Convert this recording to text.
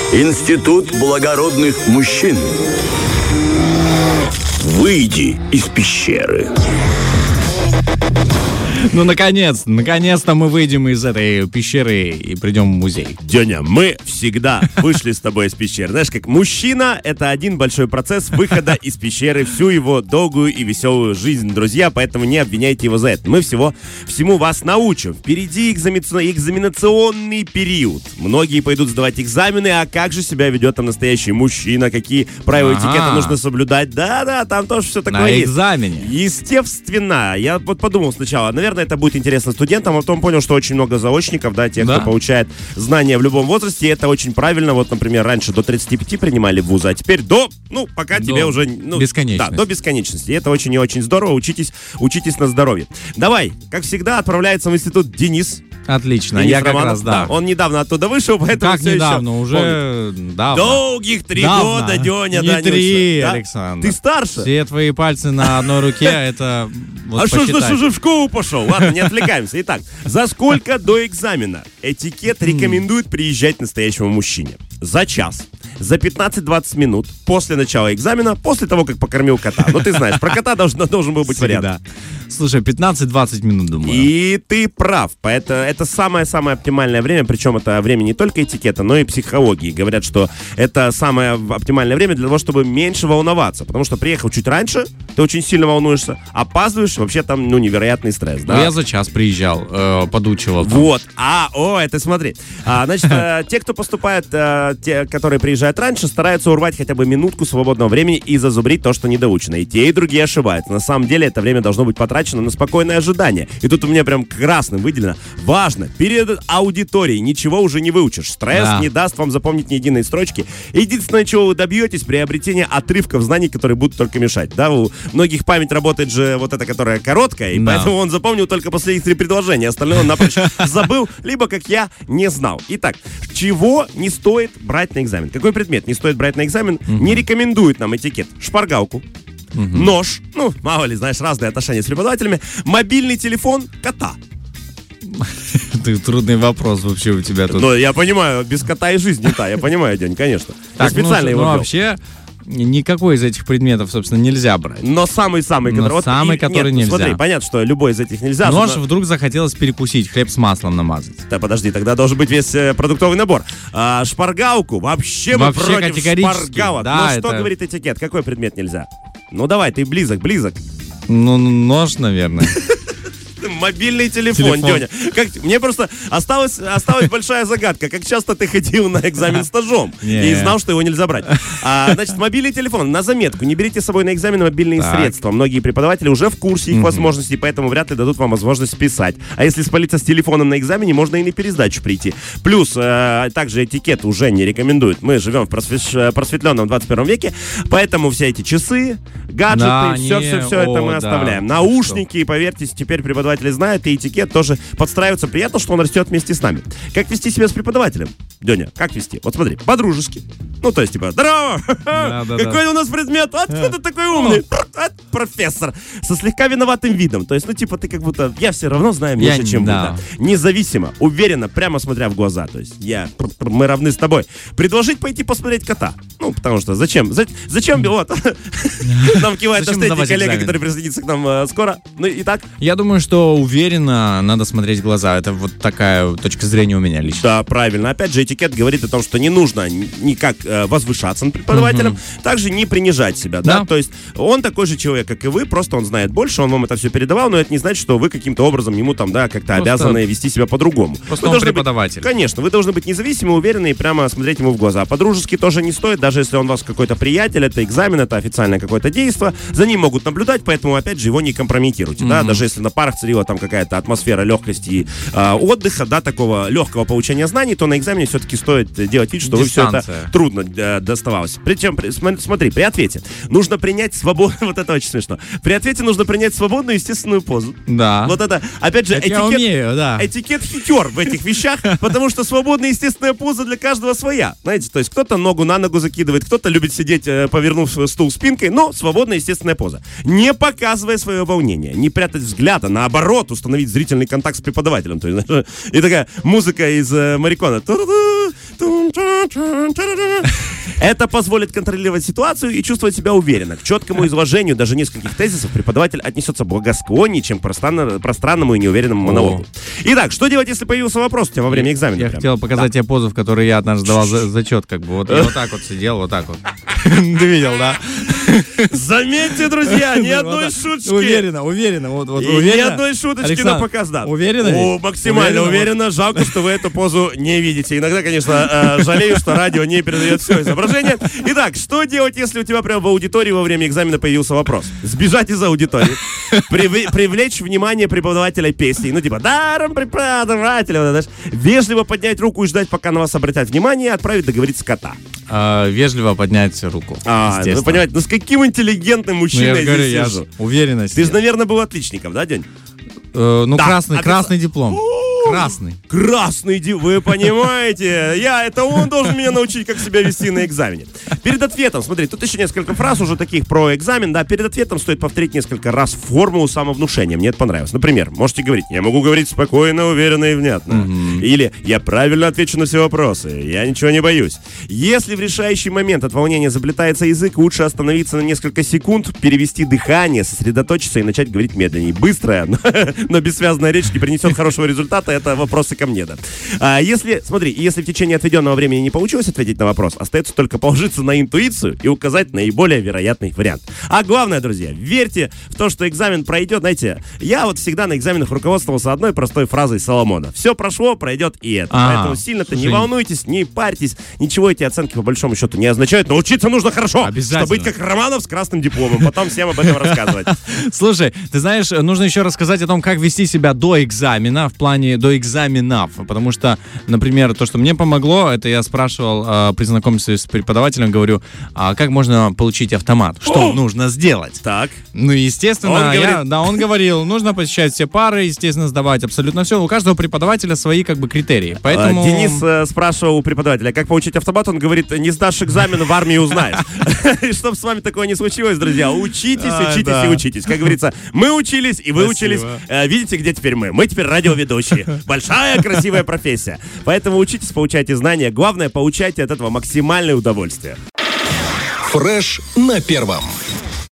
Институт благородных мужчин. Выйди из пещеры. Ну, наконец-то мы выйдем из этой пещеры и придем в музей. Деня, мы всегда вышли с тобой из пещеры. Знаешь, как мужчина — это один большой процесс выхода из пещеры всю его долгую и веселую жизнь, друзья, поэтому не обвиняйте его за это. Мы всему вас научим. Впереди экзаменационный период. Многие пойдут сдавать экзамены, а как же себя ведет там настоящий мужчина, какие правила этикета нужно соблюдать. Да, там тоже все такое есть. На экзамене. Естественно. Я вот подумал сначала, наверное, это будет интересно студентам, а потом понял, что очень много заочников, да, тех, кто получает знания в любом возрасте, и это очень правильно. Вот, например, раньше до 35 принимали в вузы, а теперь пока тебе уже... бесконечности. Да, до бесконечности. И это очень и очень здорово. Учитесь на здоровье. Давай, как всегда, отправляется в институт Денис. Отлично, Денис я Романов, как раз, да. Он недавно оттуда вышел, поэтому как все недавно? еще Уже давно. Долгих 3 года, Деня, Не 3, да? Александр. Ты старше? Все твои пальцы на одной руке, это... А что же в школу пошел? Ладно, не отвлекаемся. Итак, за сколько до экзамена этикет рекомендует приезжать настоящему мужчине? За час, за 15-20 минут после начала экзамена, после того, как покормил кота. Ну, ты знаешь, про кота должен был быть вариант. Слушай, 15-20 минут, думаю. И ты прав. Это самое-самое оптимальное время, причем это время не только этикета, но и психологии. Говорят, что это самое оптимальное время для того, чтобы меньше волноваться. Потому что приехал чуть раньше, ты очень сильно волнуешься, опаздываешь, вообще там, невероятный стресс. Да? Ну, я за час приезжал, подучивал. Там. Вот. Это смотри. Значит, те, кто поступает, те, которые приезжают раньше, стараются урвать хотя бы минутку свободного времени и зазубрить то, что недоучено. И те, и другие ошибаются. На самом деле, это время должно быть потрачено на спокойное ожидание. И тут у меня прям красным выделено. Важно, перед аудиторией ничего уже не выучишь. Стресс не даст вам запомнить ни единой строчки. Единственное, чего вы добьетесь, приобретение отрывков знаний, которые будут только мешать. Да, у многих память работает же вот эта, которая короткая, и поэтому он запомнил только последних 3 предложения. Остальное он напрочь забыл, либо, как я, не знал. Итак, чего не стоит брать на экзамен? Какой предмет не стоит брать на экзамен? Не рекомендует нам этикет. Шпаргалку. Нож, мало ли, знаешь, разные отношения с преподавателями, мобильный телефон кота. Трудный вопрос вообще у тебя тут. Ну, я понимаю, без кота и жизнь не та, я понимаю, День, конечно. Так, я специально его вообще... Никакой из этих предметов, собственно, нельзя брать. Но самый-самый, который нельзя. Смотри, понятно, что любой из этих нельзя. Нож вдруг захотелось перекусить, хлеб с маслом намазать. Да, подожди, тогда должен быть весь продуктовый набор. Шпаргалку, вообще мы против шпаргалок. Да, но что говорит этикет? Какой предмет нельзя? Ну давай, ты близок. Ну, нож, наверное. Мобильный телефон, Деня. Мне просто осталась большая загадка. Как часто ты ходил на экзамен с ножом и знал, что его нельзя брать? Значит, мобильный телефон, на заметку. Не берите с собой на экзамен мобильные средства. Многие преподаватели уже в курсе их возможностей, поэтому вряд ли дадут вам возможность писать. А если спалиться с телефоном на экзамене, можно и на пересдачу прийти. Плюс, также этикет уже не рекомендует. Мы живем в просветленном 21 веке, поэтому все эти часы, гаджеты, все это мы оставляем. Наушники, поверьте, теперь преподаватели знают, и этикет тоже подстраивается. Приятно, что он растет вместе с нами. Как вести себя с преподавателем? Деня, как вести? Вот смотри, по-дружески. Ну, то есть, здорово! Какой у нас предмет? Откуда ты такой умный? Профессор. Со слегка виноватым видом. То есть, ты как будто, я все равно знаю меньше, чем вы. Да. Независимо, уверенно, прямо смотря в глаза. То есть, мы равны с тобой. Предложить пойти посмотреть кота. Ну, потому что зачем? Зачем? Вот. Нам кивает наш третий коллега, который присоединится к нам скоро. Ну, итак. Я думаю, что уверенно надо смотреть в глаза. Это вот такая точка зрения у меня лично. Да, правильно. Опять же, этикет говорит о том, что не нужно никак возвышаться над преподавателем, также не принижать себя. Да? То есть он такой же человек, как и вы, просто он знает больше, он вам это все передавал, но это не значит, что вы каким-то образом ему как-то обязаны вести себя по-другому. Просто он преподаватель. Конечно, вы должны быть независимы, уверены и прямо смотреть ему в глаза. По-дружески тоже не стоит, даже если он у вас какой-то приятель, это экзамен, это официальное какое-то действие, за ним могут наблюдать, поэтому, опять же, его не компрометируйте. Да? Даже если на парах царила там какая-то атмосфера легкости и отдыха, да, такого легкого получения знаний, то на экзамене все-таки стоит делать вид, что вы все это трудно доставалось. Причем, смотри, при ответе нужно принять свободную, вот это очень смешно, при ответе нужно принять свободную естественную позу. Да. Вот это, опять же, этикет хитер в этих вещах, потому что свободная естественная поза для каждого своя. Знаете, то есть кто-то ногу на ногу закидывает, кто-то любит сидеть, повернув стул спинкой, но свободная естественная поза. Не показывая свое волнение, не прятать взгляда, наоборот, установить зрительный контакт с преподавателем. То есть, и такая музыка из Морриконе. Это позволит контролировать ситуацию и чувствовать себя уверенно. К четкому изложению даже нескольких тезисов преподаватель отнесется благосклоннее, чем к пространному и неуверенному монологу. Итак, что делать, если появился вопрос у тебя во время экзамена? Я хотел показать тебе позу, в которой я однажды давал зачет, как бы. Вот я вот так вот сидел, вот так вот. Ты видел, да? Заметьте, друзья, ни одной шуточки. Уверенно. Ни одной шуточки на показ, да. Уверенно? Максимально уверенно. Жалко, что вы эту позу не видите. Иногда, конечно, жалею, что радио не передает все изображение. Итак, что делать, если у тебя прямо в аудитории во время экзамена появился вопрос? Сбежать из аудитории, привлечь внимание преподавателя песни, ну типа даром преподавателя, знаешь, вежливо поднять руку и ждать, пока на вас обратят внимание, и отправить договориться кота. Вежливо поднять руку. Вы понимаете, ну с каким интеллигентным мужчиной я здесь сижу? Уверенность. Ты же, наверное, был отличником, да, День? Красный диплом. Красный, вы понимаете? Это он должен меня научить, как себя вести на экзамене. Перед ответом, смотри, тут еще несколько фраз уже таких про экзамен, да, перед ответом стоит повторить несколько раз формулу самовнушения, мне это понравилось. Например, можете говорить: я могу говорить спокойно, уверенно и внятно. Или я правильно отвечу на все вопросы, я ничего не боюсь. Если в решающий момент от волнения заплетается язык, лучше остановиться на несколько секунд, перевести дыхание, сосредоточиться и начать говорить медленнее. Быстрая, но бессвязная речь не принесет хорошего результата, это вопросы ко мне, да. Если в течение отведенного времени не получилось ответить на вопрос, остается только положиться на интуицию и указать наиболее вероятный вариант. А главное, друзья, верьте в то, что экзамен пройдет. Знаете, я вот всегда на экзаменах руководствовался одной простой фразой Соломона: все прошло, пройдет и это. Поэтому сильно-то не волнуйтесь, не парьтесь. Ничего эти оценки по большому счету не означают, но учиться нужно хорошо, чтобы быть как Романов с красным дипломом, потом всем об этом рассказывать. Слушай, ты знаешь, нужно еще рассказать о том, как вести себя до экзамена, в плане до экзаменов, потому что, например, то, что мне помогло, это я спрашивал при знакомстве с преподавателем, говорю: а как можно получить автомат? Что нужно сделать? Так. Ну, естественно, он говорил, нужно посещать все пары, естественно, сдавать абсолютно все. У каждого преподавателя свои как бы критерии. Поэтому... Денис спрашивал у преподавателя, как получить автомат, он говорит: не сдашь экзамен, в армии узнаешь. И чтобы с вами такое не случилось, друзья, учитесь и учитесь. Как говорится, мы учились, и вы учились. Видите, где теперь мы? Мы теперь радиоведущие. Большая, красивая профессия. Поэтому учитесь, получайте знания. Главное, получайте от этого максимальное удовольствие. Фреш на первом.